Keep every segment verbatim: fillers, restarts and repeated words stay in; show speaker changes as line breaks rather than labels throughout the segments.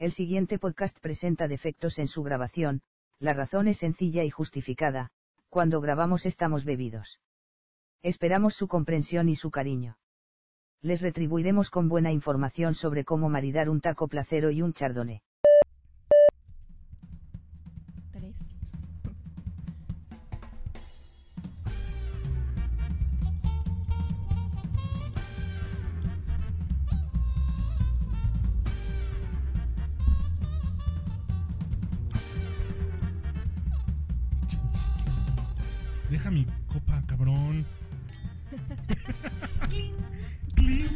El siguiente podcast presenta defectos en su grabación. La razón es sencilla y justificada: cuando grabamos estamos bebidos. Esperamos su comprensión y su cariño. Les retribuiremos con buena información sobre cómo maridar un taco placero y un chardonnay.
Tres.
Deja mi copa, cabrón.
¡Cling!
¡Cling!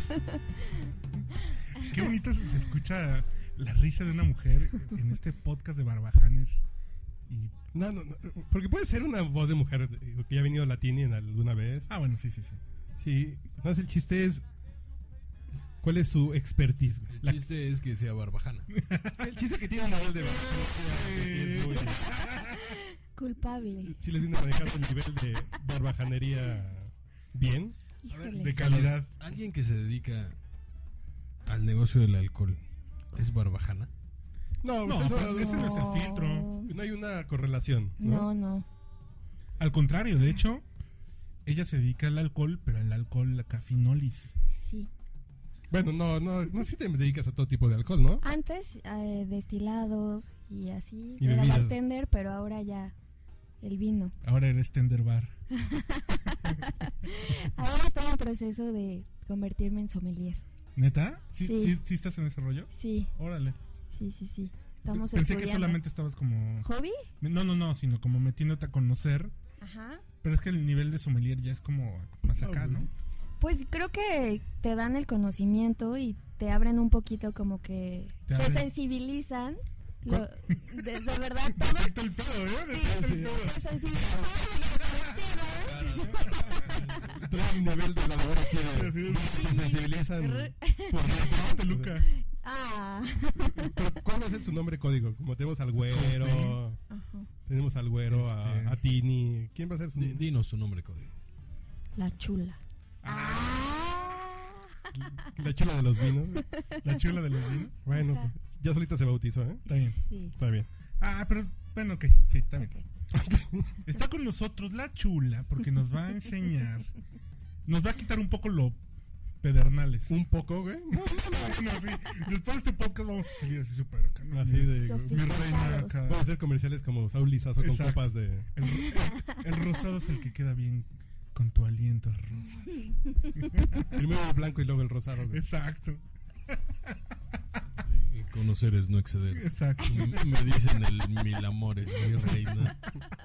Qué bonito se escucha la risa de una mujer en este podcast de Barbajanes. Y...
No, no, no, porque puede ser una voz de mujer que ya ha venido a Latini en alguna vez.
Ah, bueno, sí, sí, sí.
Sí, no, el chiste es ¿cuál es su expertise?
El
La...
chiste es que sea barbajana.
El chiste es que tiene un nivel de barbajanería.
Culpable.
Sí les viene manejando el nivel de barbajanería bien.
Híjole.
De calidad.
¿Alguien que se dedica al negocio del alcohol es barbajana?
No,
No,
eso,
pero ese no es el filtro.
no hay una correlación, ¿no?
No, no.
Al contrario, de hecho, ella se dedica al alcohol, pero al alcohol, la cafinolis.
Sí.
Bueno, no, no, no sé si te dedicas a todo tipo de alcohol, ¿no?
Antes eh, destilados y así.
Y
Era
bebidas.
bartender, pero ahora ya el vino.
Ahora eres tender bar.
Ahora estoy en proceso de convertirme en sommelier.
¿Neta? ¿Sí,
Sí.
sí, sí estás en ese rollo?
Sí,
Órale.
sí, sí, sí. Estamos
Pensé
estudiando.
que solamente estabas como...
¿Hobby?
No, no, no, sino como metiéndote a conocer.
Ajá.
Pero es que el nivel de sommelier ya es como más acá, ¿no?
Pues creo que te dan el conocimiento y te abren un poquito, como que
Te
te,
abren.
sensibilizan. Lo, de, de verdad, todo
Detecta el pedo, ¿eh? Detecta el pedo.
te sensibilizan.
Trae un nivel de la labor que
Sí,
se sensibilizan por
Ponte Luca.
Ah.
Pero ¿cuál va a ser su nombre código? Como tenemos al güero,
Ajá.
tenemos al güero,
Este...
a, a Tini. ¿Quién va a ser su
D-
nombre?
dinos tu nombre código.
La chula.
La chula de los vinos.
La chula de los vinos.
Bueno,
Ajá.
pues, ya solita se bautizó, ¿eh?
Está bien.
Sí.
Está bien.
Ah, pero bueno, ok. Sí, está bien.
Ok.
Está con nosotros la chula porque nos va a enseñar. Nos va a quitar un poco lo pedernales.
Un poco, güey.
No, no, no, no, sí. Después de este podcast vamos a salir así súper acá, ¿no?
Así de.
Mi reina acá.
Vamos a hacer comerciales como Saúl Lizazo con
Exacto.
copas de.
El, el, el rosado es el que queda bien con tu aliento a rosas.
Primero el blanco y luego el rosado, güey.
Exacto,
Y conocer es no exceder.
exacto.
Me, me dicen el mil amores, mi reina.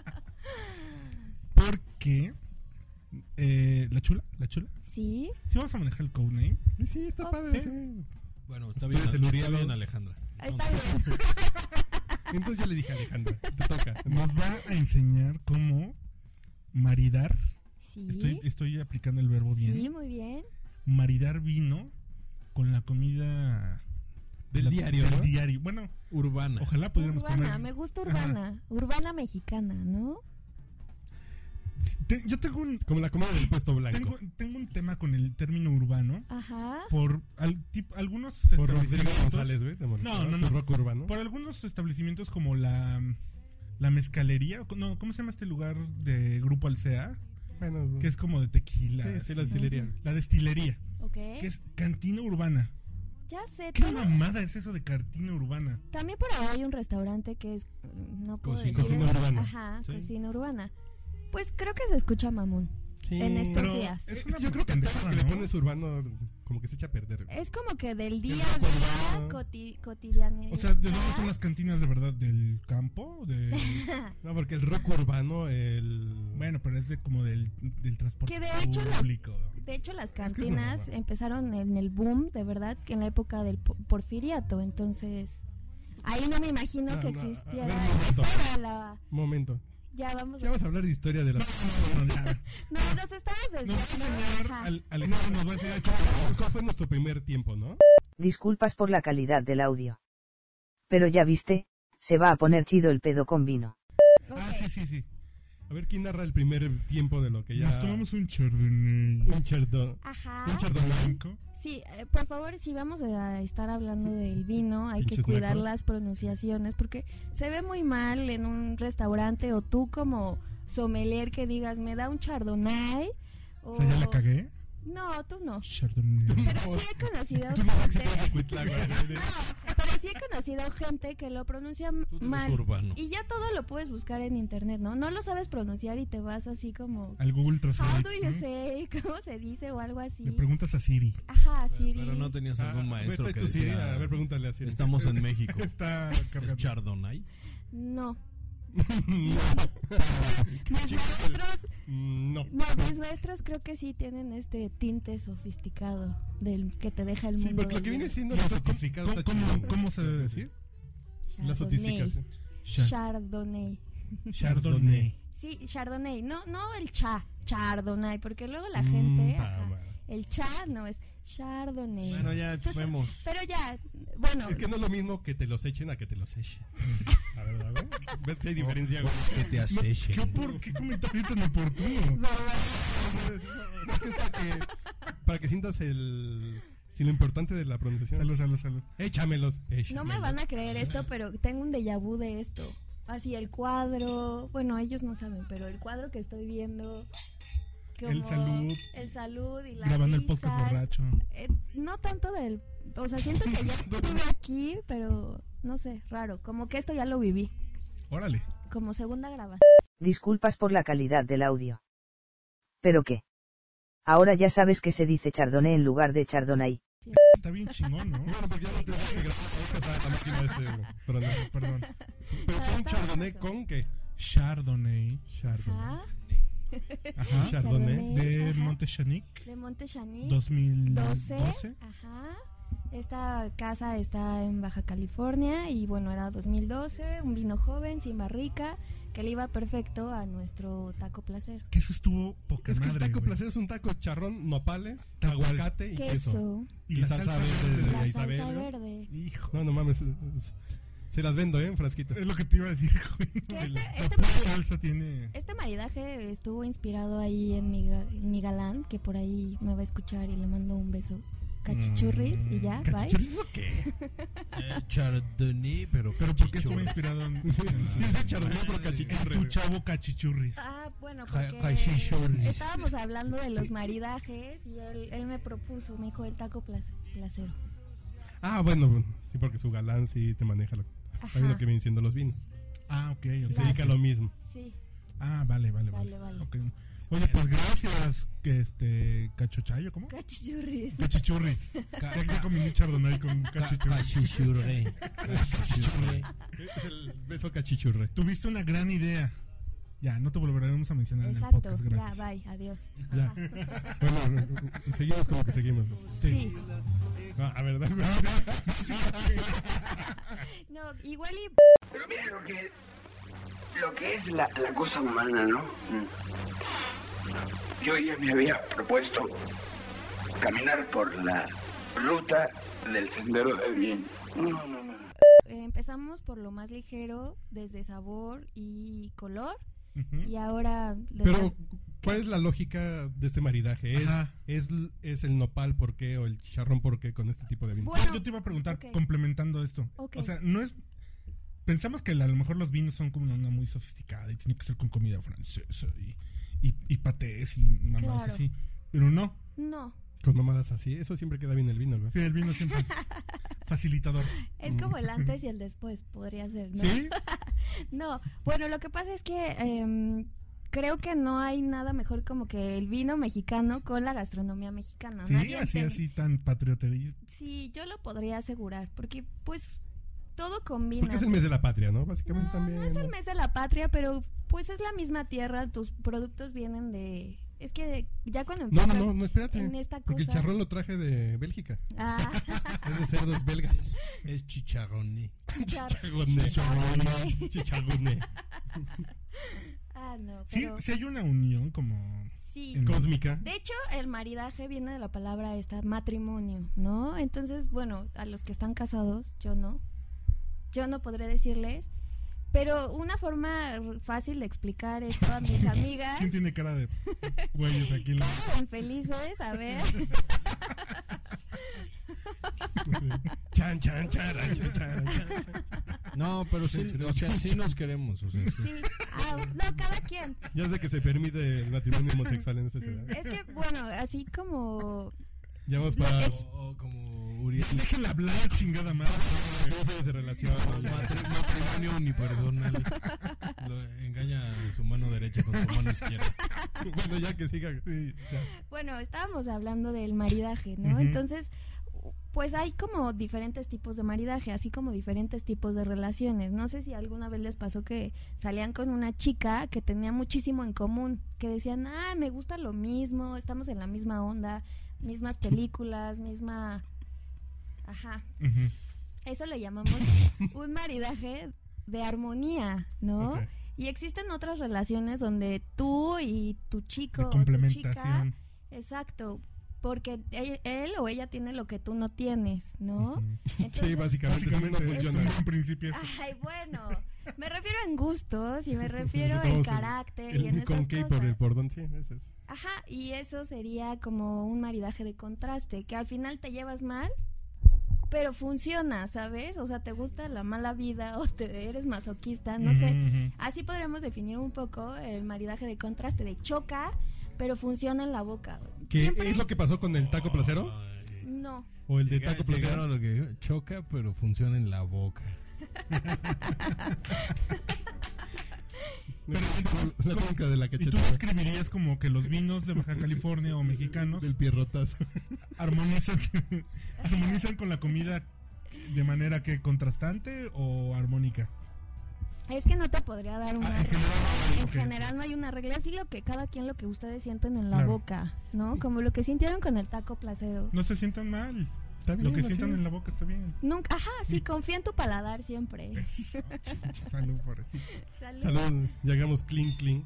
Porque eh, la chula, la chula.
Sí.
Sí, vamos a manejar el codename.
Sí, sí, está
Oh,
padre.
sí.
Sí.
Bueno, está
Tú
bien,
eres el
está
Urielo.
bien, Alejandra.
Está
Entonces,
bien.
Entonces yo le dije a Alejandra, te toca.
Nos va a enseñar cómo maridar.
Sí.
Estoy, estoy aplicando el verbo bien.
Sí, muy bien.
Maridar vino con la comida
Del
la-
diario,
del
¿no?
diario. Bueno,
urbana.
ojalá pudiéramos
Urbana,
comer.
me gusta urbana. Urbana mexicana, ¿no?
Te- yo tengo un
Como la comida del puesto blanco.
tengo, tengo un tema con el término urbano
Ajá.
por al- tip- algunos
Por Rodrigo
establecimientos.
González, güey. te molestó,
No, no,
su
no.
rock urbano.
Por algunos establecimientos como la la mezcalería, no, ¿cómo se llama este lugar de Grupo Alsea?
Bueno,
Que es como de tequila.
sí, sí, la destilería.
La destilería,
Ok.
que es cantina urbana.
Ya sé.
¿Qué
todo-
mamada es eso de cantina urbana?
También por ahí hay un restaurante que es, mm, no puedo
Cocina-
decir.
cocina urbana.
Ajá,
Sí.
cocina urbana. Pues creo que se escucha mamón
Sí.
en estos
Pero
días.
es
Es
una
que yo creo que antes
pendejada,
que le
¿no?
pones urbano, como que se echa a perder. güey.
Es como que del día
rock
a día
urbano.
coti cotidianidad.
O sea, ¿de dónde son las cantinas de verdad? ¿Del campo? De...
No, porque el rock urbano, el.
Bueno, pero es de como del, del transporte
Que de hecho las-
público.
De hecho, las
que es una
cantinas
mamada.
empezaron en el boom, de verdad, que en la época del po- porfiriato. Entonces, ahí no me imagino
No,
que
no, a
existiera.
ver, un momento.
Esa era la-
Momento.
Ya vamos
Ya
a...
vamos a hablar de historia de las.
No, no, ya.
No, nos estamos
Nos va a
desviando.
enseñar,
Ajá.
al- Alejandro nos va a enseñar
¿Cuál fue nuestro primer tiempo, no?
Disculpas por la calidad del audio. Pero ya viste, se va a poner chido el pedo con vino.
Ok.
Ah, sí, sí, sí.
A ver, ¿quién narra el primer tiempo de lo que ya...
Nos tomamos un chardonnay.
Un chardonnay.
Ajá.
Un chardonnay.
Blanco.
Sí, eh, por favor, si vamos a estar hablando del vino, hay que
Pinches
cuidar
nacos.
las pronunciaciones porque se ve muy mal en un restaurante o tú como sommelier que digas, me da un chardonnay. O
O sea, ya la cagué.
No, tú no.
Chardonnay.
Pero sí he conocido
Tú no
gente.
existe Cuitlac, güey.
No, pero sí he conocido gente que lo pronuncia
Tú eres
mal.
urbano.
Y ya todo lo puedes buscar en internet, ¿no? No lo sabes pronunciar y te vas así como
Al Google
How do
Translate.
you
¿no?
say? ¿Cómo se dice? O algo así.
Le preguntas a Siri.
Ajá, Siri.
Pero no tenías algún
Ah,
maestro
a ver,
que
tú, Siri,
decía,
a ver, pregúntale a Siri.
estamos en México.
Está
¿Es
cargando.
Chardonnay?
No.
No.
Mis maestros,
No.
no, mis maestros creo que sí tienen este tinte sofisticado del que te deja el
Sí,
mundo.
porque lo
del
que viene
vino.
siendo
¿Cómo,
los certificados
cómo,
está
cómo-
chingón.
cómo se debe decir?
La
Chardonnay.
sotificación.
Chardonnay.
Chardonnay.
Sí, Chardonnay. No, no el cha, Chardonnay, porque luego la
Mm,
gente,
pa,
ajá,
madre.
el cha no es Chardonnay.
Bueno, ya vemos.
Pero ya, bueno,
Es que no es lo mismo que te los echen a que te los echen. La verdad, güey. ¿Ves que hay diferencia, güey?
Que te acechen.
¿Qué, por, ¿Qué comentario tan oportuno?
Es que es para que, para que sientas el... Si lo importante de la pronunciación.
Salud, salud, salud.
Échamelos.
no me van a creer esto, pero tengo un déjà vu de esto. Así el cuadro, bueno, ellos no saben, pero el cuadro que estoy viendo, como
El salud.
el salud y la
Grabando el
risa,
podcast borracho.
eh, no tanto del, o sea, siento que ya estuve aquí, pero no sé, raro, como que esto ya lo viví,
Órale.
como segunda grabación.
Disculpas por la calidad del audio. ¿Pero qué? Ahora ya sabes que se dice chardonnay en lugar de chardonnay.
Está bien chingón, ¿no?
Bueno, porque ya no tengo que grabar la máquina de este, perdón.
Perdón.
Pero fue un chardonnay con qué?
Chardonnay.
Chardonnay.
Ajá,
Ajá.
Chardonnay.
De
ajá,
Montechanic.
de Monte Chanic,
dos mil
doce,
doce.
ajá. Esta casa está en Baja California y bueno, era dos mil doce, un vino joven, sin barrica, que le iba perfecto a nuestro taco placer.
Que eso estuvo poca
Es que el
madre,
taco
güey.
placer es un taco charrón, nopales,
Tal cual.
aguacate y queso.
Queso,
Y,
Y
la
salsa
salsa,
verde
verde.
de
la
Isabel,
salsa
¿no?
verde.
Hijo.
No, no mames. Se las vendo, ¿eh? En frasquito.
Es lo que te iba a decir, güey.
Que este,
La
este,
puta
mari-
salsa tiene...
este maridaje estuvo inspirado ahí en mi, ga- en mi galán, que por ahí me va a escuchar y le mando un beso. Cachichurris y ya, bye.
¿Cachichurris o qué?
Eh, Chardonnay, pero
Pero ¿por qué estuvo
cachichurri.
inspirado en...
Dice chardonnay, pero cachichurri.
Tu chavo cachichurris.
Ah, bueno,
Ja-
porque
cachichurris.
estábamos hablando de los maridajes y él, él me propuso, me dijo el taco place- placero.
Ah, bueno, sí, porque su galán sí te maneja lo, también lo que vienen siendo los vinos.
Ah, ok,
Y
ok.
se dedica a lo mismo.
Sí,
Ah, vale, vale, vale.
Vale, vale.
Ok. Oye, pues gracias, que este... Cachochayo, ¿cómo?
cachichurris.
Cachichurris.
Ca-
Ya que comí chardonnay con
ca-
cachichurris.
Cachichurri. Cachichurri.
Es el beso cachichurre.
Tuviste una gran idea. Ya, no te volveremos a mencionar en el
Exacto,
podcast,
ya,
gracias.
bye, adiós.
Ya.
Ajá.
Bueno, seguimos como que seguimos.
Sí.
Ah, a ver, dame.
No, igual y
Pero mira lo que, lo que es la, la cosa humana, ¿no? Mm. Yo ya me había propuesto caminar por la ruta del sendero del bien. No, no, no.
eh, empezamos por lo más ligero, desde sabor y color,
Ujú.
y ahora...
Pero,
desde-
¿cuál es la lógica de este maridaje? ¿Es,
Ajá.
es, es el nopal por qué o el chicharrón por qué con este tipo de vino?
Bueno,
Yo te iba a preguntar,
ok.
complementando esto.
Ok.
O sea, no es... Pensamos que a lo mejor los vinos son como una muy sofisticada y tiene que ser con comida francesa y, y, y patés y mamadas
Claro.
así. Pero no.
no,
Con mamadas así, eso siempre queda bien el vino, ¿no?
Sí, el vino siempre es facilitador.
es como el antes y el después, podría ser, ¿no?
¿Sí?
No, bueno, lo que pasa es que em, creo que no hay nada mejor como que el vino mexicano con la gastronomía mexicana.
Sí,
Nadie
así,
enten-
así tan patriotería.
Sí, yo lo podría asegurar, porque pues todo combina.
Porque es el mes de la patria, ¿no? Básicamente
No,
también.
no es el mes de la patria, pero pues es la misma tierra, tus productos vienen de... Es que ya cuando
No, no,
empiezas
no, no, espérate.
en esta
Porque el
cosa-
charrón lo traje de Bélgica.
Ah,
Es de cerdos belgas.
Es chicharroni.
char-
Chicharroné.
chicharroné.
Chicharroné.
Ah, no,
Sí,
pero
sí hay una unión como...
sí.
en-
Cósmica.
De hecho, el maridaje viene de la palabra esta, matrimonio, ¿no? Entonces, bueno, a los que están casados, yo no. Yo no podré decirles, Pero una forma fácil de explicar esto a mis amigas.
¿Quién tiene cara de güeyes aquí? La...
Quedan felices, a ver.
Chan, chan, chan, chan, chan, chan.
No, pero sí, o sea, sí nos queremos, o sea, sí.
Sí, ah, no, cada quien.
Ya sé que se permite el matrimonio homosexual en esta ciudad.
Es que, bueno, así como...
Ya vamos para...
O, o como Uriel.
Déjenla hablar, chingada madre.
Dos años de relación.
Matri- matrimonio unipersonal. Lo engaña a su mano derecha con su mano izquierda.
Bueno, ya que siga. Sí, ya.
Bueno, estábamos hablando del maridaje, ¿no?
Ujú.
Entonces, pues hay como diferentes tipos de maridaje, así como diferentes tipos de relaciones. No sé si alguna vez les pasó que salían con una chica que tenía muchísimo en común, que decían, ah, me gusta lo mismo, estamos en la misma onda, mismas películas, misma... Ajá.
Ujú.
Eso lo llamamos un maridaje de armonía, ¿no?
Ok.
Y existen otras relaciones donde tú y tu chico
De
o tu chica,
complementación.
exacto, porque él, él o ella tiene lo que tú no tienes, ¿no?
Sí,
Entonces,
básicamente,
Básicamente
no
es
funciona.
un buen principio eso.
ay, bueno, me refiero en gustos y me refiero en
Vamos, el-
carácter
el
y en
con
esas
K
cosas.
por el pordón, sí, ese es.
Ajá, y eso sería como un maridaje de contraste, que al final te llevas mal, pero funciona, ¿sabes? O sea, te gusta la mala vida o te eres masoquista, no sé.
Ujú.
Así podríamos definir un poco el maridaje de contraste, de choca, pero funciona en la boca.
¿Qué
Siempre-
es lo que pasó con el taco placero?
No.
¿O el de
Llega-
taco placero?
llegaron a lo que dijo, choca, pero funciona en la boca.
La técnica de la
¿Y tú
cachetada.
describirías como que los vinos de Baja California o mexicanos
Del pierrotazo.
armonizan, armonizan con la comida de manera que contrastante o armónica?
Es que no te podría dar una
Ah, en
regla.
general,
En
ok.
general no hay una regla, es lo que cada quien lo que ustedes sienten en la
Claro.
boca, ¿no? Como lo que sintieron con el taco placero.
No se sientan mal.
Está bien,
Lo que
así
sientan
es.
en la boca está bien.
Nunca, ajá, sí, confía en tu paladar siempre.
Salud por eso.
Salud.
Salud, llegamos clean, clean.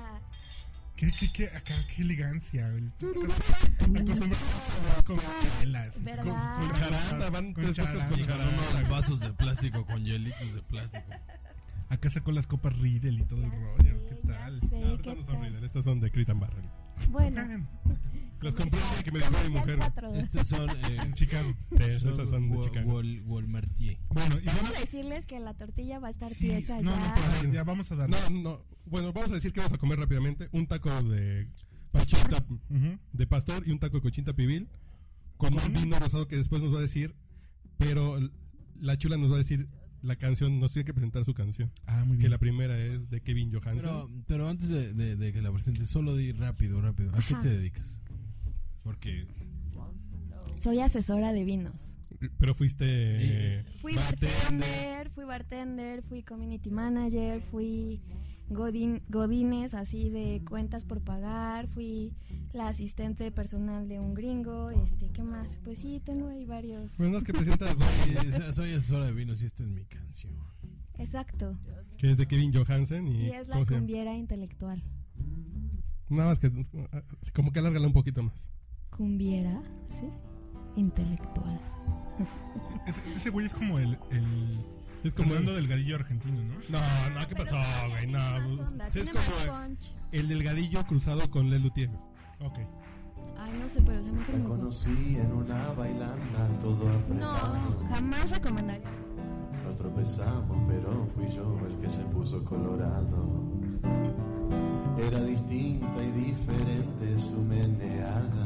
¿Qué, qué, qué, acá, qué elegancia, güey. Acostumbrados a con chelas.
¿Verdad?
Con, con
Charanda, van
con
tres
charanda.
tacos con
Llegaron
charanda.
unos vasos de plástico con hielitos de plástico.
Acá sacó las copas Riedel y todo el
Ya
rollo.
sé,
¿Qué
ya
tal?
sé,
No,
¿qué
estas no son
tal?
Riedel, estas son de Crit and Barrel.
Bueno,
Las compré de que me dejó mi mujer.
cuatro.
Estos son, eh,
En Chicago.
Sí, esas son de
Wa-
Chicago.
Wal- Walmartier.
Bueno, y
Vamos
vamos
a decirles que la tortilla va a estar
sí,
tiesa
no,
ya.
no, pues, ya vamos a darle.
No, no. Bueno, vamos a decir que vamos a comer rápidamente un taco de cochinita
Ujú.
de pastor y un taco de cochinita pibil con un vino rosado que después nos va a decir, pero la chula nos va a decir la canción, nos tiene que presentar su canción.
Ah, muy
Que
bien.
la primera es de Kevin Johansen.
Pero, pero antes de, de- de que la presentes, solo di rápido, rápido. ¿A qué
Ajá.
te dedicas? Porque
Soy asesora de vinos.
Pero fuiste eh,
Fui
bartender.
bartender, fui bartender, fui community manager, fui godín, godines así de cuentas por pagar, fui la asistente personal de un gringo, este, ¿qué más? Pues sí, tengo ahí varios.
Bueno, es que presenta dos,
eh, soy asesora de vinos y esta es mi canción.
Exacto.
que es de Kevin Johansen y,
Y es la
¿cómo se llama?
cumbiera intelectual.
Nada más que como que alárgala un poquito más.
Cumbiera, ¿sí? Intelectual.
Ese, ese güey es como el, el
Es como
Fernando Delgadillo argentino, ¿no?
No, no, ¿qué pasó, güey?
Tiene más
No,
onda,
es
tiene
como
más punch.
el delgadillo cruzado con Le Luthier.
Ok.
Ay, no sé, pero se me hace
Me
muy cool.
conocí en una bailanda, todo apretado.
No, jamás recomendaría.
Nos tropezamos, pero fui yo el que se puso colorado. Era distinta y diferente su meneada.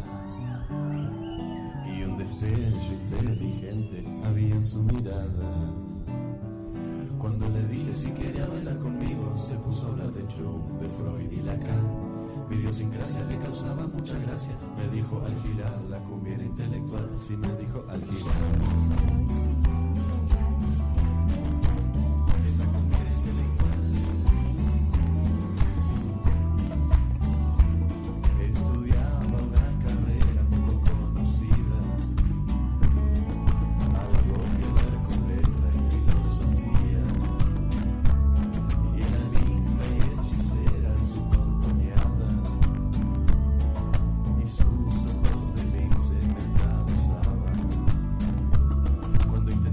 Y un destello inteligente había en su mirada. Cuando le dije si quería bailar conmigo, se puso a hablar de Jung, de Freud y Lacan. Mi idiosincrasia le causaba mucha gracia. Me dijo al girar la cumbiera intelectual. Sí, me dijo al girar. Esa cumbiera intelectual. Estudiaba una carrera poco conocida. Algo que ver con letra y filosofía. Y era linda y hechicera su contoneada. Y sus ojos de lince me atravesaban. Cuando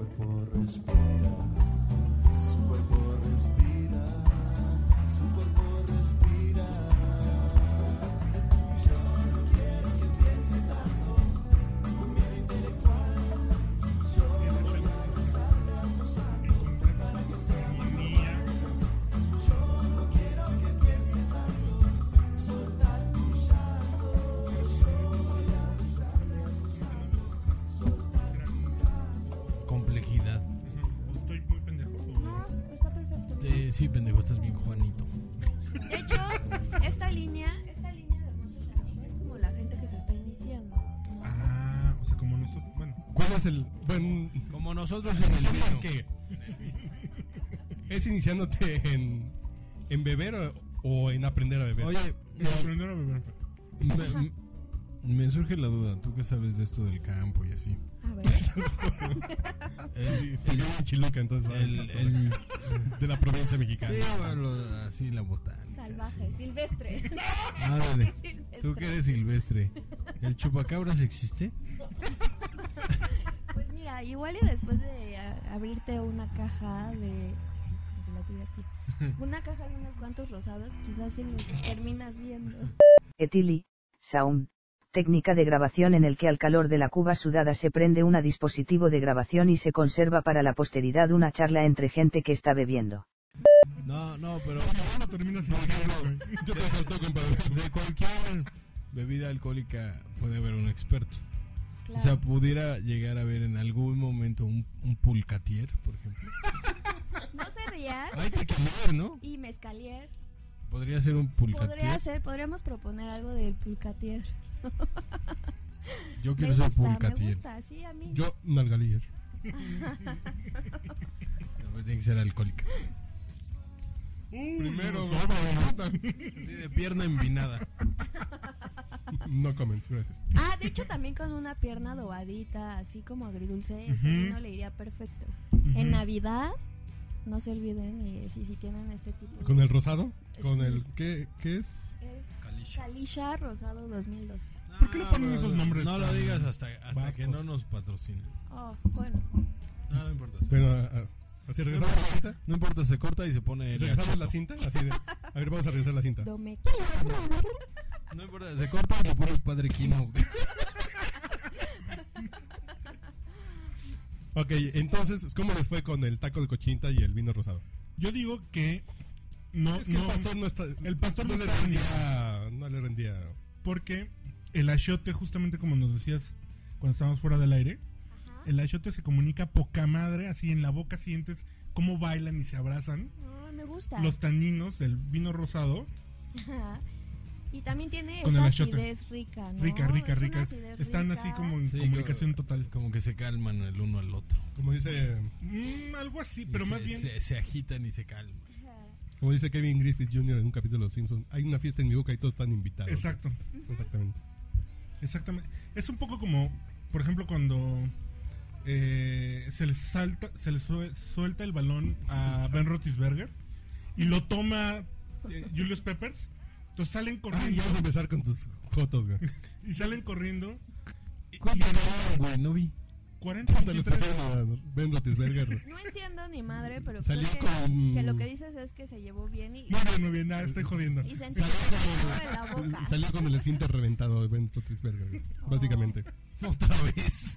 cuerpo respira, su cuerpo respira, su cuerpo respira. Yo no quiero que piense tanto, con mi intelectual. Yo voy a rezarle a tu santo para que sea mía. Yo no quiero que piense tanto, soltar tu llanto. Yo voy a rezarle a tu santo, soltar tu llanto.
Complejidad.
Estoy muy pendejo.
No, está perfecto.
Eh, sí, pendejo, estás bien, Juanito.
De hecho, esta línea, esta línea de música es como la gente que se está iniciando.
Ah, o sea, como nosotros. Bueno,
¿Cuál es el. Bueno,
Como nosotros en el vino.
¿qué? ¿Es iniciándote en, en beber o, o en aprender a beber?
Oye,
no, aprender a beber.
me, me surge la duda, tú qué sabes de esto del campo y así.
A ver.
El,
Yo vivo en Chiluca, entonces. ¿sabes?
el, el,
De la provincia mexicana.
sí, bueno, lo- así la botánica.
Salvaje,
sí.
silvestre.
Ándale.
Silvestre.
¿Tú que eres silvestre? ¿El chupacabras existe?
Pues mira, igual y después de a- abrirte una caja de... Así, como si la tuviera aquí. Una caja de unos cuantos rosados, quizás si lo terminas viendo.
Etili, Sound. Técnica de grabación en el que al calor de la cuba sudada se prende un dispositivo de grabación y se conserva para la posteridad una charla entre gente que está bebiendo.
No, no, pero
No termina sin güey.
Yo te salto, compadre.
de cualquier bebida alcohólica puede haber un experto.
Claro.
O sea, pudiera llegar a ver en algún momento un, un pulcatier, por ejemplo.
No se rían.
Hay tequilier, ¿no?
Y mezcalier.
Podría ser un pulcatier.
Podría ser, podríamos proponer algo del pulcatier.
Yo
Me
quiero ser
gusta, me
pulcatier.
gusta, sí, a mí.
Yo, Nalgalier.
No, tiene que ser alcohólica.
Primero,
Sí, de pierna envinada.
no comments, gracias.
Ah, de hecho también con una pierna adobadita, así como agridulce, este vino le iría perfecto. En Navidad, no se olviden, y si, si tienen este tipo de...
¿Con el rosado? ¿Con
Sí.
el qué, qué es?
Es
Calisha.
Calisha Rosado dos mil doce.
¿Por qué le ponen
No,
esos
no,
nombres
No lo
tan
digas hasta, hasta
vascos?
que no nos patrocinen.
Oh, bueno.
No, no importa.
Bueno, a- a- así regresamos la cinta.
No importa, se corta y se pone el
Regresamos la cinta. Así de, a ver, vamos a regresar la cinta.
Dome.
No importa, se corta y le pones Padre Quino.
Ok, entonces, ¿cómo les fue con el taco de cochinta y el vino rosado?
Yo digo que no,
Es que
no,
el pastor no está.
el pastor no
le
está
rendía. No le rendía.
porque el achiote, justamente como nos decías cuando estábamos fuera del aire, el achiote se comunica poca madre, así en la boca sientes cómo bailan y se abrazan
No, me gusta.
los taninos del vino rosado.
Ajá. Y también tiene
Con el
esta
achiote.
acidez rica, ¿no?
Rica, rica,
Es una
rica.
acidez
Están
rica.
así como en
Sí,
comunicación
como-
total.
Como que se calman el uno al otro.
Como dice,
Mm, algo así,
Y
pero
se,
más bien...
se, se agitan y se calman.
como dice Kevin Griffith junior en un capítulo de Los Simpsons, hay una fiesta en mi boca y todos están invitados.
Exacto,
Exactamente.
exactamente. Es un poco como, por ejemplo, cuando eh, se les salta, se les sue- suelta el balón a Ben Roethlisberger y lo toma eh, Julius Peppers. Entonces salen
Ah,
corriendo
ya vas a empezar con tus jotos, güey.
y salen corriendo. Y, y
¿Cuánto
en
no, güey? No vi.
cuarenta,
¿Cuánto le
veintitrés,
pusieron a Ben Roethlisberger?
No entiendo ni madre, pero
Salió
creo que,
con-
que lo que dices es que se llevó bien y,
muy bien, muy bien, nada, estoy jodiendo.
y se empezó en la boca.
Salió con el esfínter reventado Ben Roethlisberger, güey, básicamente.
Otra vez.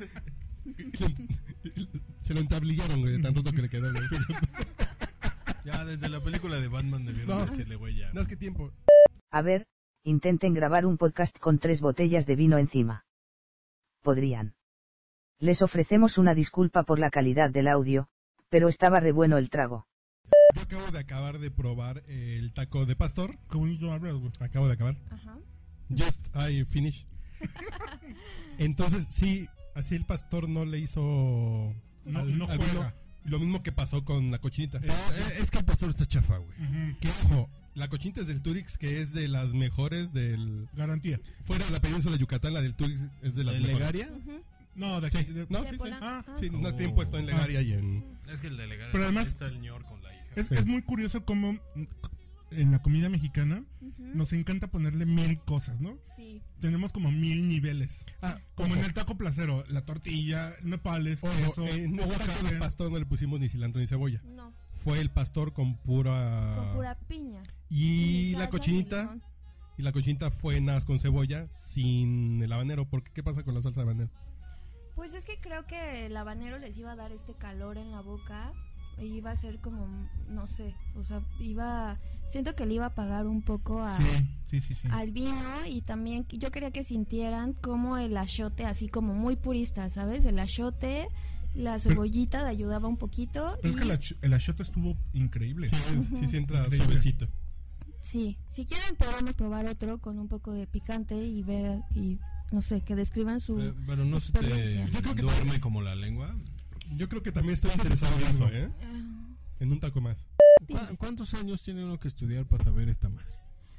Se lo entablillaron, güey, de tan roto que le quedó, güey.
Ya, desde la película de Batman debieron
No.
decirle, güey, ya.
No, es que tiempo.
A ver, intenten grabar un podcast con tres botellas de vino encima. Podrían. Les ofrecemos una disculpa por la calidad del audio, pero estaba re bueno el trago.
Yo acabo de acabar de probar el taco de pastor.
Qué bonito hablas, güey.
Acabo de acabar.
Ajá.
Just I finish. Entonces, sí, así el pastor no le hizo.
No-
al-
no
al
juega.
vino lo mismo que pasó con la cochinita.
Eh, es que el pastor está chafa, güey.
Que ojo, la cochinita es del Turix, que es de las mejores del.
Garantía.
Fuera de la península de Yucatán, la del Turix es de las
¿De
mejores.
Legaria?
No, de aquí.
Sí,
de-
no,
De
sí, sí.
Polanco.
Ah,
Sí, no
Oh.
tiempo puesto en Legaria y en.
Es que el de Legaria
Pero además-
está el ñor con la hija.
Es,
Sí.
es muy curioso cómo en la comida mexicana
Ujú.
nos encanta ponerle mil cosas, ¿no?
Sí.
Tenemos como mil niveles.
Ah,
Como
ojo.
en el taco placero, la tortilla, nopales,
Ojo,
queso,
en ese taco de
aguacate.
pastor no le pusimos ni cilantro ni cebolla.
No,
Fue el pastor con pura...
con pura piña.
Y
salsa
la
y
cochinita,
limón.
y la cochinita fue nada más con cebolla, sin el habanero. Porque ¿qué pasa con la salsa de habanero?
Pues es que creo que el habanero les iba a dar este calor en la boca. Y iba a ser como, no sé, o sea, iba, siento que le iba a pagar un poco a,
Sí, sí, sí, sí.
al vino, y también que- yo quería que sintieran como el achiote, así como muy purista, ¿sabes? El achiote, la cebollita le ayudaba un poquito.
Pero es
y-
que la ch- el achiote estuvo increíble.
Sí, es- sí, sí entra
Increíble.
suavecito.
Sí, si quieren podemos probar otro con un poco de picante y ver, y no sé, que describan su
Eh, Pero no se te
experiencia.
Yo creo que
duerme como la lengua.
Yo creo que también estoy interesado en eso, ¿eh? En un taco más.
¿Cu- ¿Cuántos años tiene uno que estudiar para saber esta madre?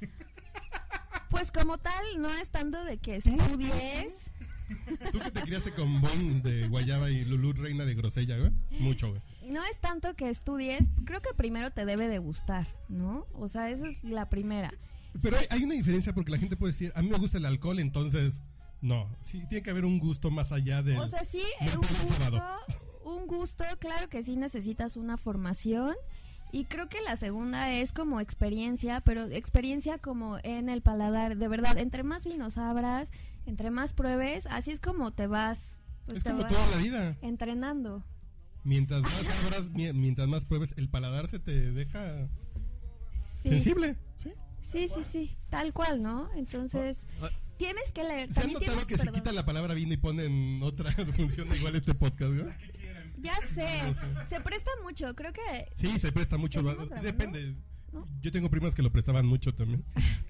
Pues como tal, no es tanto de que estudies.
Tú que te criaste con Bon de guayaba y Lulú reina de grosella, güey. Mucho, güey.
No es tanto que estudies, creo que primero te debe de gustar, ¿no? O sea, esa es la primera.
Pero hay, hay una diferencia porque la gente puede decir, a mí me gusta el alcohol, entonces no. Sí, tiene que haber un gusto más allá del...
O sea, sí,
del
un
pollo
gusto,
ensalado.
un gusto, claro que sí necesitas una formación. Y creo que la segunda es como experiencia, pero experiencia como en el paladar, de verdad, entre más vinos abras, entre más pruebes, así es como te vas, pues
es
te
como
vas
toda la vida.
entrenando.
Mientras más abras, mi- mientras más pruebes, el paladar se te deja
Sí.
sensible. ¿Sí?
Sí, sí, sí, tal cual, ¿no? Entonces, tienes que leer.
¿Se han
También
notado
tienes,
que se
perdón,
quita la palabra vino y ponen otra función igual este podcast, güey?
ya sé, se presta mucho, creo que
Sí, se presta mucho.
¿Seguimos
¿verdad?
grabando?
Depende.
¿No?
Yo tengo primas que lo prestaban mucho también.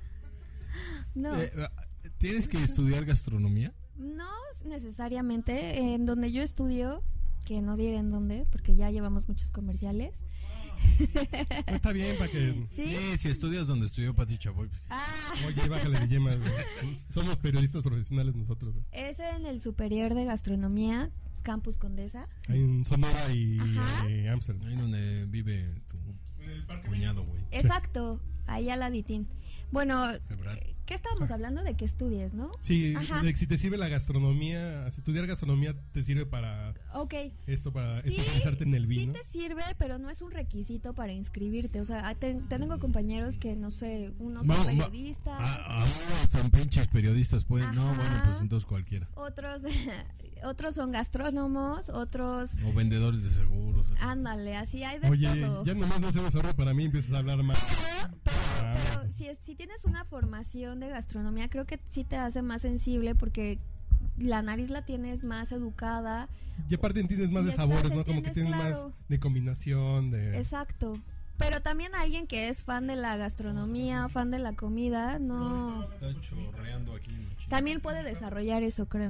no,
Eh, ¿Tienes que estudiar gastronomía?
no necesariamente. En donde yo estudio, que no diré en dónde, porque ya llevamos muchos comerciales.
No, está bien para que...
Sí.
Eh, si estudias donde estudió Pati Chapoy. pues,
Ah,
Oye, bájale de yemas, güey. Somos periodistas profesionales nosotros, güey.
es en el Superior de Gastronomía, Campus Condesa.
Hay en Sonora y
Ajá.
eh, Amsterdam.
Ahí donde vive tu cuñado, güey.
Exacto, ahí al laditín. Bueno,
Febral.
¿qué estábamos hablando? De que estudies, ¿no?
Sí,
Ajá.
de- si te sirve la gastronomía, si estudiar gastronomía te sirve para
Ok.
esto, para
Sí,
especializarte en el
sí
vino.
te sirve, pero no es un requisito para inscribirte. O sea, te- tengo compañeros que, no sé, unos son
Vamos, va-
periodistas,
Ah, ahora son pinches periodistas, pues. No,
Ajá.
bueno, pues entonces cualquiera.
otros otros son gastrónomos, otros...
O vendedores de seguros. así.
Ándale, así hay de
Oye,
todo.
ya nomás no hacemos ahorro para mí, empiezas a hablar más.
Pero, pero-
Ah.
pero si, es- si tienes una formación de gastronomía, creo que sí te hace más sensible porque la nariz la tienes más educada.
Y aparte entiendes más
Y
de
estás-
sabores, ¿no? Como que
entiendes,
tienes
claro.
más de combinación, de...
Exacto. Pero también alguien que es fan de la gastronomía, fan de la comida, no...
Está chorreando aquí. machín.
También puede desarrollar eso, creo.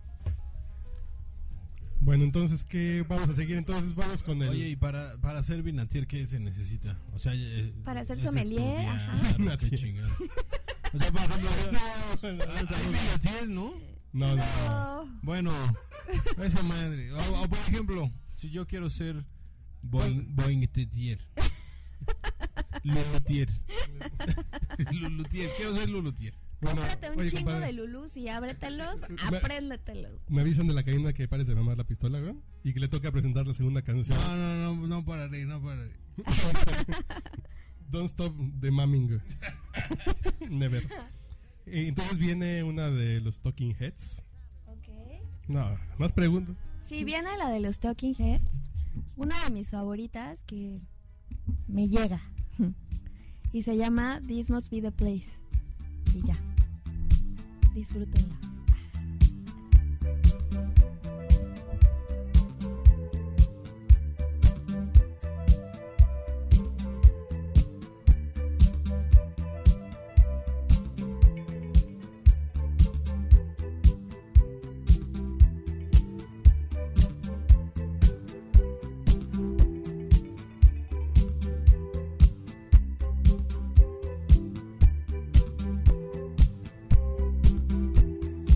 Bueno, entonces, ¿qué vamos a seguir? Entonces vamos con el...
Oye, y para, para ser vinatier, ¿qué se necesita? O sea, eh,
Para ser
¿es
sommelier,
estudiar?
ajá.
¿Qué
Vinatier.
chingada? O sea, por ejemplo,
No, no,
hay vinatier, ¿no?
no, no.
Oh,
Bueno, esa madre. O, o, por ejemplo, si yo quiero ser boing, boingtetier. Lulutier. Lulutier. Quiero ser lulutier.
Bueno,
cómprate un
oye,
chingo
compadre,
de lulús y ábretelos,
Me-
apréndetelos.
me avisan de la cadena que pares de mamar la pistola, güey, y que le toca presentar la segunda canción.
No, no, no, no pararé, no pararé.
Don't stop the mamming, güey. Never. Eh, Entonces viene una de los Talking Heads. No, más preguntas.
Si viene la de los Talking Heads, una de mis favoritas que me llega. Y se llama This Must Be the Place. Y ya. Disfrútenla.
This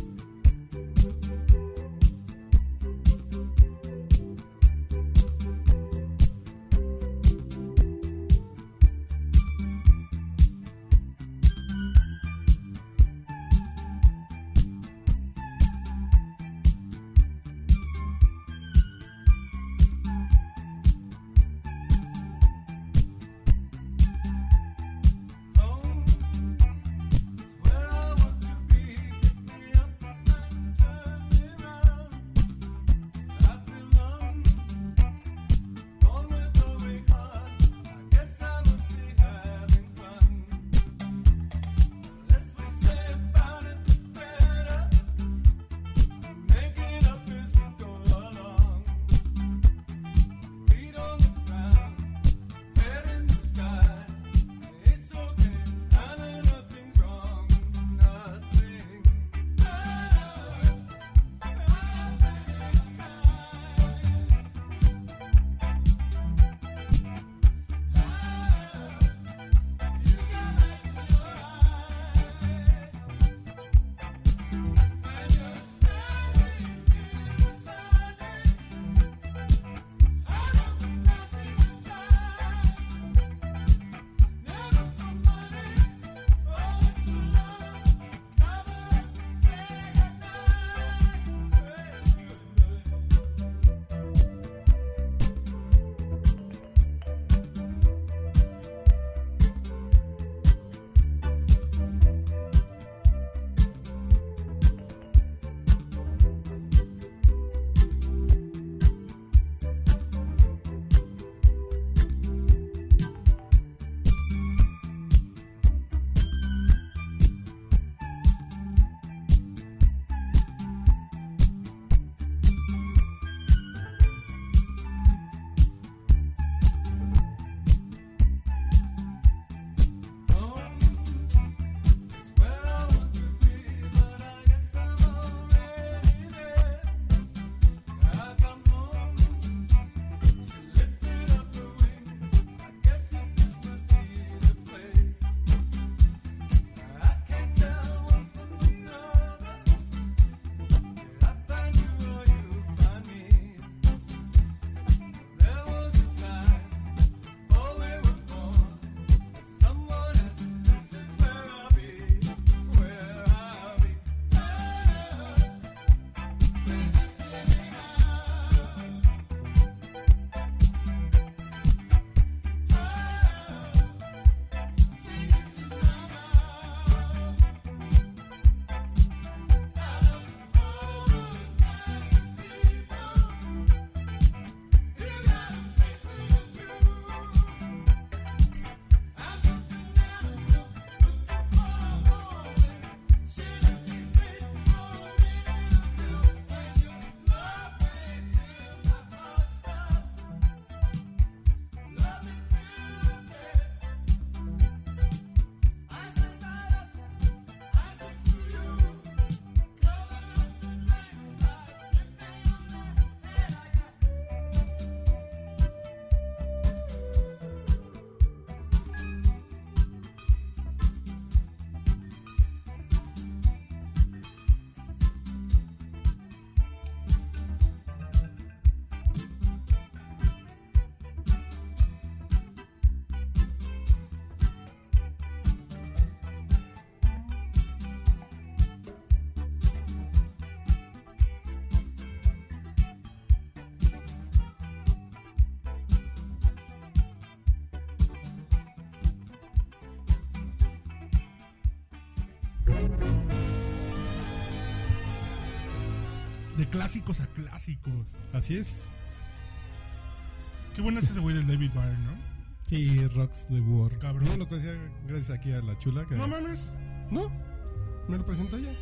De clásicos a clásicos.
Así es.
Qué bueno es ese güey del David Byrne, ¿no?
Sí, Rocks the World.
Cabrón.
Yo lo conocía gracias aquí a la chula. Que...
No mames.
No, me lo presentó ya.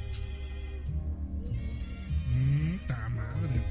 Mmm, ta madre.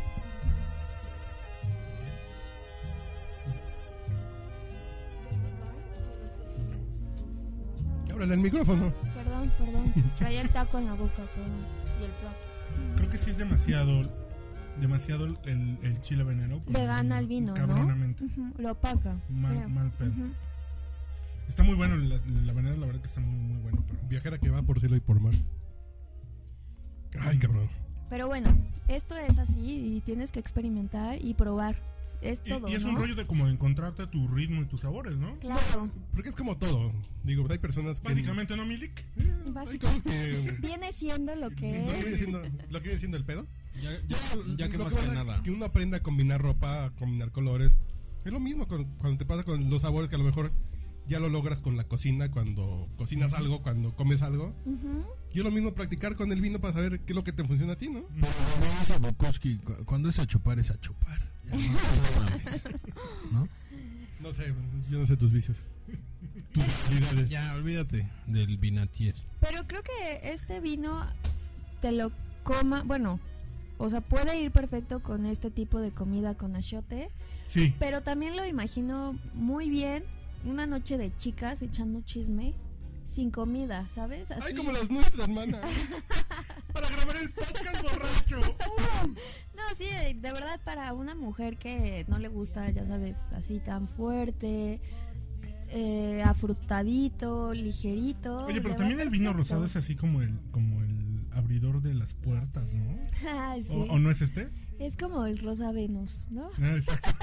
Ábrale el micrófono.
Perdón, perdón. Traía el taco en la boca, perdón. Y el plato.
Creo que sí es demasiado, demasiado el, el chile habanero.
Le gana al vino,
cabronamente.
¿no? Uh-huh. Lo opaca.
Mal,
creo.
mal pedo.
Uh-huh.
Está muy bueno el, el habanero, la verdad que está muy, muy bueno. Pero...
Viajera que va por cielo y por mar. Ay, cabrón.
Pero bueno, esto es así y tienes que experimentar y probar. Es todo,
y, y es
¿no?
un rollo de como de encontrarte tu ritmo y tus sabores, ¿no?
Claro.
Porque es como todo. Digo, hay personas que...
Básicamente, ¿no, Milik?
Eh, hay
Básicamente.
cosas que...
Viene siendo lo que
Lo que
es.
viene siendo, lo que viene siendo el pedo.
Ya, ya, ya que
Lo
más que
pasa
nada.
Que uno aprenda a combinar ropa, a combinar colores. Es lo mismo con, cuando te pasa con los sabores que a lo mejor ya lo logras con la cocina, cuando cocinas algo, cuando comes algo.
Uh-huh.
Y es lo mismo practicar con el vino para saber qué es lo que te funciona a ti, ¿no?
Pero como dice Bukowski, cu- cuando es a chupar, es a chupar. Ya, no mames, ¿no?
No sé, yo no sé tus vicios. Tus habilidades.
Ya, olvídate del vinatier.
Pero creo que este vino te lo coma, bueno, o sea, puede ir perfecto con este tipo de comida con achiote,
Sí.
pero también lo imagino muy bien una noche de chicas echando chisme sin comida, ¿sabes? Así.
Ay, como las nuestras, mana.
Para grabar el podcast borracho.
No, sí, de, de verdad para una mujer que no le gusta, ya sabes, así tan fuerte, eh, afrutadito, ligerito.
Oye, pero
le va
también el vino
perfecto.
rosado es así como el, como el abridor de las puertas, ¿no?
Ah, sí.
¿O, o no es este?
Es como el rosa Venus, ¿no?
Ah, exacto.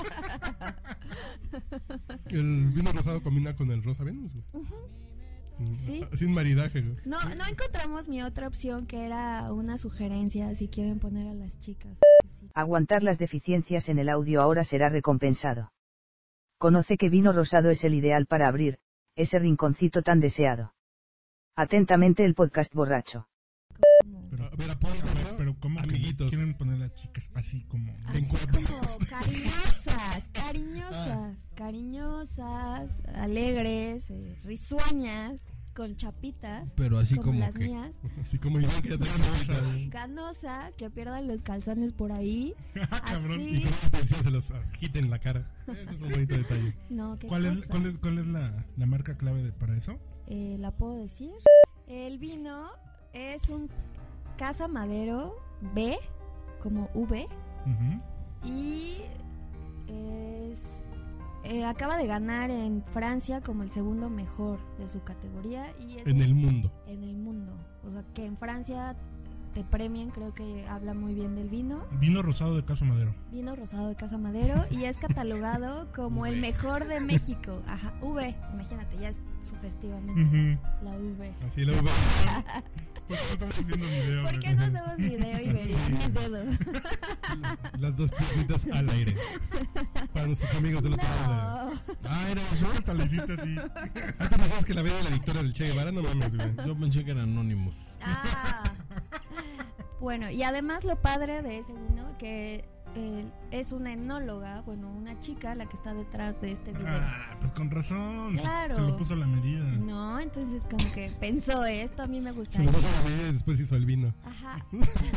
El vino rosado combina con el rosa Venus.
Sí.
Sin maridaje, güey.
No, no encontramos mi otra opción que era una sugerencia si quieren poner a las chicas. Sí.
Aguantar las deficiencias en el audio ahora será recompensado. Conoce que vino rosado es el ideal para abrir ese rinconcito tan deseado. Atentamente el podcast borracho.
Pero,
A ver, apunta,
a ver,
¿no?
pero ¿cómo que
Amiguitos.
quieren poner a las chicas así como...
Así como cariñosas, cariñosas, cariñosas, alegres, eh, risueñas, con chapitas,
Pero así
como,
como
las
que-
mías,
Así como Iván, que ya te ganas.
ganosas, que pierdan los calzones por ahí,
Cabrón.
Y
así,
con una pensión se los agiten en la cara. Eso es un bonito detalle.
no, qué
¿Cuál es,
cosas.
cuál es, cuál es la, la marca clave de, para eso?
Eh, ¿la puedo decir? El vino es un Casa Madero B, como V,
Ujú.
y es eh, acaba de ganar en Francia como el segundo mejor de su categoría y es
En el mundo.
en el mundo. O sea, que en Francia te premien, creo que habla muy bien del vino.
Vino rosado de Caso Madero.
Vino rosado de Casa Madero y es catalogado como el mejor de México. Ajá, V, imagínate, ya es sugestivamente
Ujú.
la V.
Así lo ve.
¿Por qué no estamos viendo video?
¿Por qué no hacemos video y verían el dedo?
Las dos piernitas al aire. Para nuestros amigos del otro lado.
No.
Ah, era eso.
Hasta le hiciste así.
¿Ah, tú pensabas que la vida de la victoria del Che Guevara? No mames, güey.
Yo pensé que eran anónimos.
Ah. Bueno, y además lo padre de ese vino que eh, es una enóloga, bueno, una chica la que está detrás de este video.
Ah, pues con razón. se-
Claro.
Se, lo puso a la medida.
No, entonces como que pensó, "Eh, esto a mí me
Se
gustaría.
lo puso a la medida y después hizo el vino.
Ajá,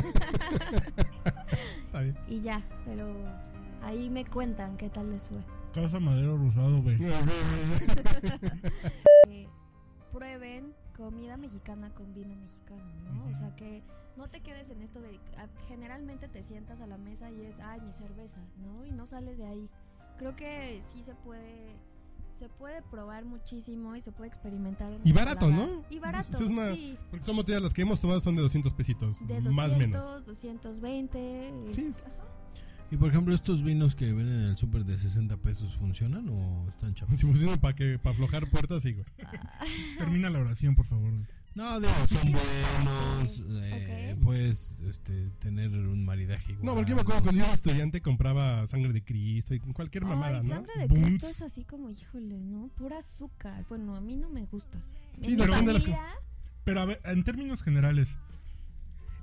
Está bien.
y ya, pero ahí me cuentan qué tal les fue.
Casa Madero rosado, güey.
Que prueben comida mexicana con vino mexicano, ¿no? O sea, que no te quedes en esto de... a- generalmente te sientas a la mesa y es, ay, mi cerveza, ¿no? Y no sales de ahí. Creo que sí se puede... Se puede probar muchísimo y se puede experimentar. En
Y
el
barato,
paladar.
¿no?
Y barato,
Es una-
sí.
Porque son botellas, las que hemos tomado son de doscientos pesitos.
De
más o menos.
doscientos, doscientos veinte.
Sí.
Ajá.
Y por ejemplo, ¿estos vinos que venden en el súper de sesenta pesos funcionan o están chavos?
Si funcionan para que para aflojar puertas, sí, güey.
Termina la oración, por favor.
No, digo, son buenos. Eh,
Ok.
Puedes este, tener un maridaje igual.
No, porque yo me acuerdo cuando yo era estudiante compraba sangre de Cristo y cualquier mamada,
Ay,
¿no?
sangre de
Bunds.
Cristo es así como, híjole, ¿no? Pura azúcar. Bueno, a mí no me gusta.
Sí,
En
de
mi
repente las
familia,
Pero a ver, en términos generales,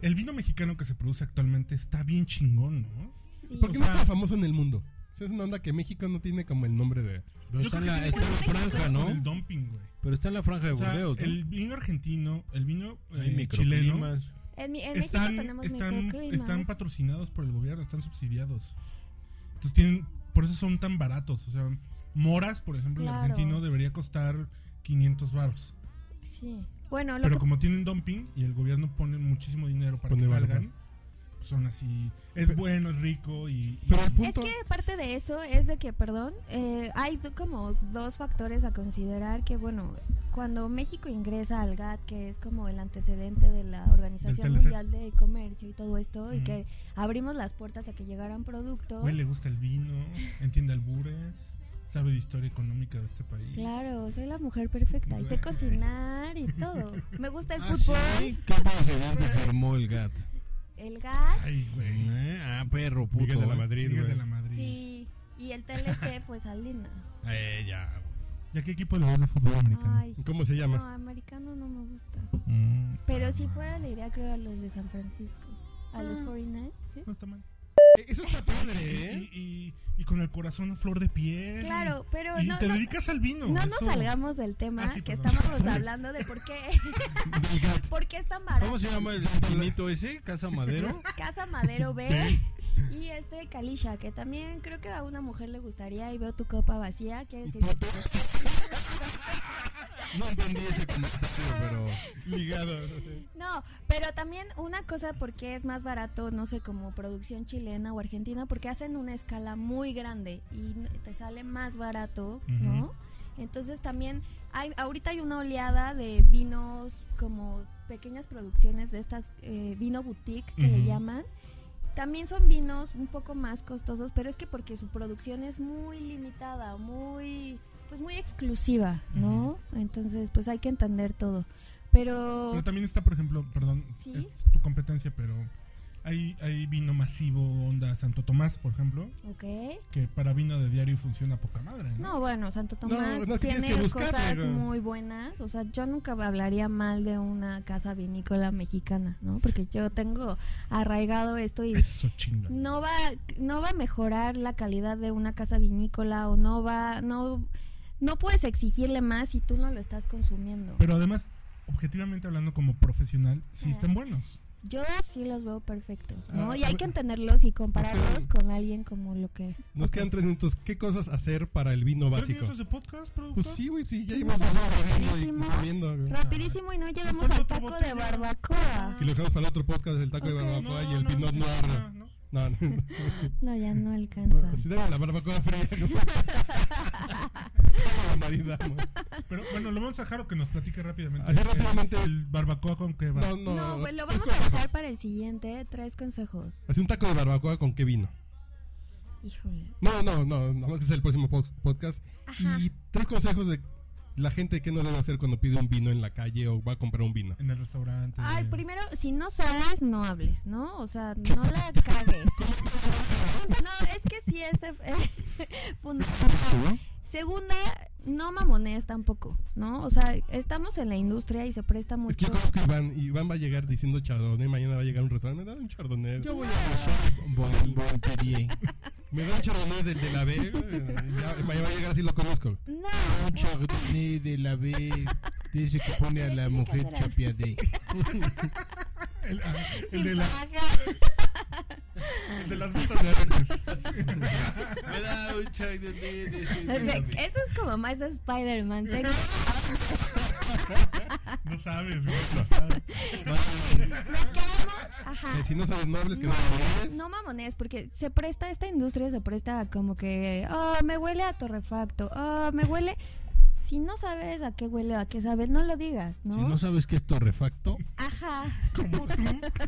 el vino mexicano que se produce actualmente está bien chingón, ¿no?
Sí.
¿Por qué
O
no
sea-
está famoso en el mundo? O sea, es una onda que México no tiene como el nombre de...
Pero
Yo
está en
creo
la,
que
está en la
tiene que ver
franja, ¿no?
con el dumping, güey.
Pero está en la franja de
O sea,
Burdeos, ¿no?
el vino argentino, el vino
Hay
eh, chileno,
microclimas.
En, mi- en
están,
México tenemos
están,
microclimas.
están patrocinados por el gobierno, están subsidiados. Entonces tienen, por eso son tan baratos. O sea, moras, por ejemplo,
Claro.
el argentino debería costar quinientos varos.
Sí. Bueno, lo
Pero
que
como tienen dumping y el gobierno pone muchísimo dinero para
Pone
que
varo,
salgan, pues son así, es
Pero-
bueno, es rico y... y-
Pero el
Es
punto...
que parte de eso es de que, perdón, eh, hay do- como dos factores a considerar que, bueno, cuando México ingresa al G A T T, que es como el antecedente de la Organización
T L C.
Mundial de Comercio y todo esto, y
Ujú.
que abrimos las puertas a que llegaran productos.
Güey, le gusta el vino, entiende albures, sabe de historia económica de este país.
Claro, soy la mujer perfecta y sé
Güey.
cocinar y todo. Me gusta el
Ah,
fútbol,
sí. ¿Qué presidente firmó el G A T?
el G A T T,
Ay, güey.
Eh, Ah, perro, puto.
Miguel de la
¿eh?
Madrid,
Miguel de
güey.
la Madrid.
sí, y el T L C fue Salinas.
Eh, ya.
¿Y a qué equipo le vas de fútbol americano?
Ay,
¿Cómo se
no,
llama?
americano no me gusta.
Mm,
Pero
ah,
si fuera le iría creo a los de San Francisco, a los
Ah.
cuarenta y nueve, ¿sí?
No está mal.
Eh, Eso está padre, ¿eh?
Y, y, y con el corazón a flor de piel.
Claro, pero
y
no,
te
no,
dedicas al vino.
no nos
eso.
salgamos del tema
Ah, sí,
que
perdón.
estábamos hablando de por qué, por qué es tan barato.
¿Cómo se llama el vinito ese? ¿Casa Madero?
Casa Madero B y este Calisha, que también creo que a una mujer le gustaría y veo tu copa vacía, quiere decir que
No entendí ese comentario, pero...
Ligado.
no, pero también una cosa porque es más barato, no sé, como producción chilena o argentina, porque hacen una escala muy grande y te sale más barato, ¿no? Entonces también hay, ahorita hay una oleada de vinos como pequeñas producciones de estas, eh, vino boutique que le
Ujú.
llaman. También son vinos un poco más costosos, pero es que porque su producción es muy limitada, muy, pues muy exclusiva, ¿no? Entonces, pues hay que entender todo. Pero,
Pero también está, por ejemplo, perdón,
Sí.
es tu competencia, pero hay, hay vino masivo, onda Santo Tomás, por ejemplo,
ok.
que para vino de diario funciona poca madre, ¿no?
No, bueno, Santo Tomás
no, es que tienes
tiene
que buscarle,
cosas
güey.
muy buenas. O sea, yo nunca hablaría mal de una casa vinícola mexicana, ¿no? Porque yo tengo arraigado esto y
Eso chinga.
no va, no va a mejorar la calidad de una casa vinícola o no va, no, no puedes exigirle más si tú no lo estás consumiendo.
Pero además, objetivamente hablando como profesional, sí
Ah.
están buenos.
Yo sí los veo perfectos, ¿no?
Ah,
Y hay
bu-
que entenderlos y compararlos
Sí.
con alguien como lo que es.
Nos
Ok.
quedan tres minutos. ¿Qué cosas hacer para el vino
¿Tres
básico?
minutos de podcast, productor?
Pues sí, güey, sí, ya
Sí,
íbamos
no,
a estar
rapidísimo.
comiendo, güey.
Rapidísimo y no llegamos
falta
al
otra
taco de
botella.
barbacoa.
Y lo dejamos para el otro podcast, el taco de
Ok.
barbacoa y el
no,
pinot
no,
noir.
no, no.
No, no.
No, ya no alcanza.
Si tengo la barbacoa fría. Lo maridamos.
Pero bueno, lo vamos a dejar o que nos platique rápidamente.
Así
el-
rápidamente.
El, barbacoa con que va.
No, no.
No, pues lo
tres
vamos a
consejos.
dejar para el siguiente. Tres consejos.
Así un taco de barbacoa con qué vino.
Híjole.
No, no, no, nada más que es el próximo po- podcast.
Ajá.
Y tres consejos de la gente que no debe hacer cuando pide un vino en la calle o va a comprar un vino.
En el restaurante.
Ay, primero, si no sabes, no hables, ¿no? O sea, no la cagues. No, es que sí es eh, fundamental. Segunda, no mamonees tampoco, ¿no? O sea, estamos en la industria y se presta
Es
mucho.
que yo conozco a Iván y Iván va a llegar diciendo chardonnay, mañana va a llegar a un restaurante, me da un chardonnay.
Yo voy a usar Bon Bon Perrier.
Me da un chardonnay del de la B, eh, ya, mañana va a llegar así lo conozco.
No,
Un chardonnay de la B, de ese que pone a la
Tiene que
mujer
hacer así.
chapeadé.
El, ah, el
sin
de la,
pagar.
el de las botas verdes.
Me da un chardonnay de ese de la B.
Eso es como más Spider-Man. Tengo-
No sabes, güey. No sabes.
Nos quedamos, ajá.
Eh, si no sabes, no hables que no,
No,
hables.
no mamones, porque se presta, esta industria se presta a como que, oh, me huele a torrefacto, oh, me huele... Si no sabes a qué huele o a qué sabe, no lo digas, ¿no?
Si no sabes qué es torrefacto,
Ajá.
Como tú.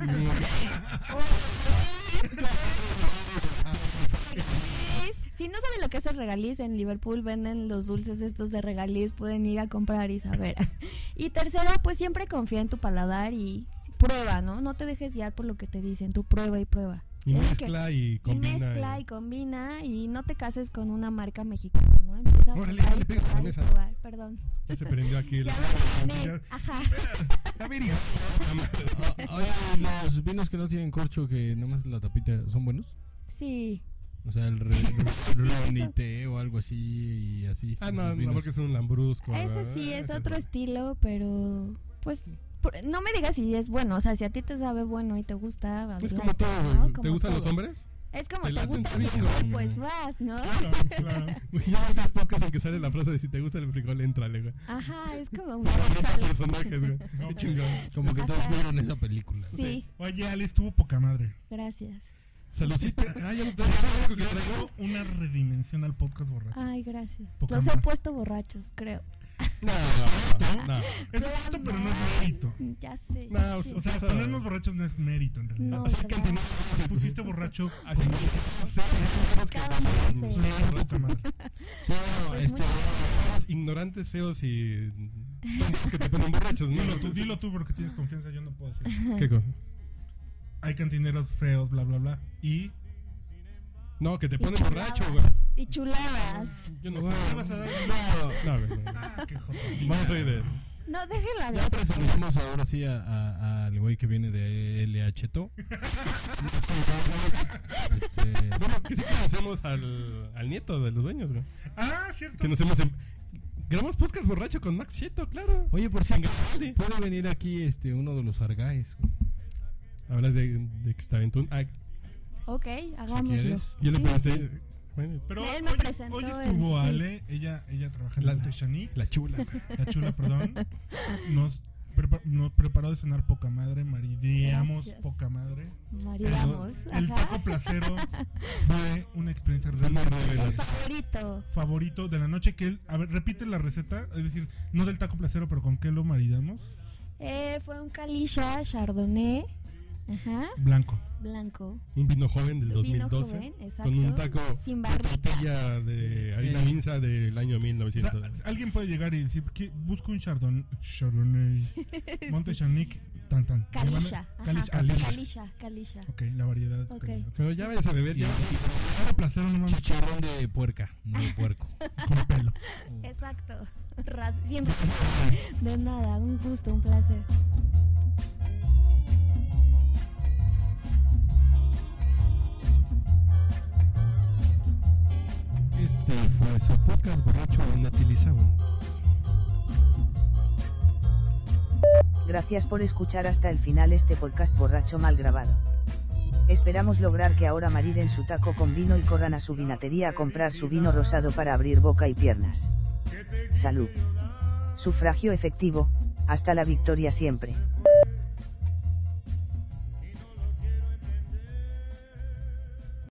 Si no saben lo que es el regaliz, en Liverpool venden los dulces estos de regaliz, pueden ir a comprar y saber. Y tercero, pues siempre confía en tu paladar y prueba, ¿no? No te dejes guiar por lo que te dicen, tú prueba y prueba.
Y
Es
mezcla
que-
y
Y
combina.
mezcla
y-
y combina y no te cases con una marca mexicana, ¿no? Empieza a
Órale,
probar
no le
y
pegues a la
probar y
mesa.
probar. Perdón.
Ya se prendió aquí el.
Ya me gané. Ajá.
A ver, hijo.
Ah, Oye, los vinos que no tienen corcho, que nomás la tapita, ¿son buenos?
Sí.
O sea, el re- Ronite o algo así y así.
Ah,
esos
no, no,
vinos.
porque es un lambrusco.
Ese
¿verdad?
sí es
Ese
otro
bueno.
estilo, pero pues por- no me digas si es bueno, o sea, si a ti te sabe bueno y te gusta,
Es
adelante,
como todo,
¿no?
güey. ¿Te
Como
gustan los
todo.
hombres?
Es como
¿Te
te
laten?
gusta
Está
el
bien,
frijol,
güey.
pues vas, ¿no?
Claro, claro.
Güey, ya hay tres podcasts en que sale la frase de si te gusta el frijol, éntrale, güey.
Ajá, es como un
Los personajes, güey. Qué chingón.
Como que
Ajá.
todos vieron esa película.
Sí,
Oye, Ale, estuvo poca madre.
gracias.
Saludcita. Ah, ya no traigo. ¿Es lo único que
Le
traigo?
traigo una redimensión al podcast borracho.
Ay, gracias.
Poca
Los he
madre.
puesto borrachos, creo.
No, no, no.
Eso es cierto, pero no es mérito.
Ya sé.
No,
sí.
O sea,
Eso-
ponernos borrachos no es mérito en realidad.
No,
Así
¿verdad?
cantinero.
Te pusiste borracho
Así
con-
Cada martes.
Suena poca madre.
Sí, no,
Pues
este,
Somos ignorantes, feos y tontos que te ponen borrachos, ¿no?
Dilo tú, dilo tú porque tienes confianza, yo no puedo decir.
¿Qué cosa?
Hay cantineros feos, bla, bla, bla. Y
No, que te
Y
ponen
chuladas.
borracho, güey.
Y chuladas.
Yo no
Bueno.
sé.
¿qué vas a dar?
No, güey, no.
Ah, qué joder.
No soy de.
No, déjelo
ya
hablar.
presentamos ahora sí a- a- al güey que viene de L H T O. este,
Bueno, que sí conocemos al, al nieto de los dueños, güey.
Ah, cierto.
Que nos hemos. em- Grabamos podcast borracho con Max Cheto, claro.
Oye, por si
Chingale.
puede venir aquí este uno de los Argaes. güey.
Hablas de, de Xtaventún. Ah,
Ok, hagámoslo.
quieres.
yo le
Sí,
pregunté.
sí.
Bueno,
Pero
Él me
hoy,
presentó
hoy
el-
estuvo
sí.
Ale, ella, ella trabaja en
La-
Monte Chanic,
la chula.
la chula, perdón. Nos, prepa- nos preparó de cenar poca madre, marideamos
Gracias.
poca madre.
Maridamos.
El
Ajá.
taco placero fue una experiencia
Una
realmente
El
revelación.
favorito.
favorito de la noche. Que él, a ver, repite la receta, es decir, no del taco placero, pero ¿con qué lo maridamos?
Eh, fue un Kalisha Chardonnay. Ajá.
Blanco.
Blanco.
Un vino joven del
Vino
dos mil doce.
joven, exacto.
Con un taco
Sin
de
barrica.
tortilla de harina
Eh.
minza del año mil
O sea,
novecientos.
alguien puede llegar y decir, ¿qué? Busco un chardon, Chardonnay, Monte Chanic, tan tan.
Kalisha.
Llévame-
Ajá.
Kalisha. Kalisha.
Kalisha. Kalisha.
Ok, la variedad.
Ok.
ok.
Pero ya vayas a beber,
Y,
ya.
y
Taco placero no mames,
chicharrón de puerca, no de puerco.
con pelo.
Exacto. Ras- siempre- De nada, un gusto, un placer.
Este fue su podcast borracho inutilizado.
Gracias por escuchar hasta el final este podcast borracho mal grabado. Esperamos lograr que ahora mariden su taco con vino y corran a su vinatería a comprar su vino rosado para abrir boca y piernas. Salud. Sufragio efectivo, hasta la victoria siempre.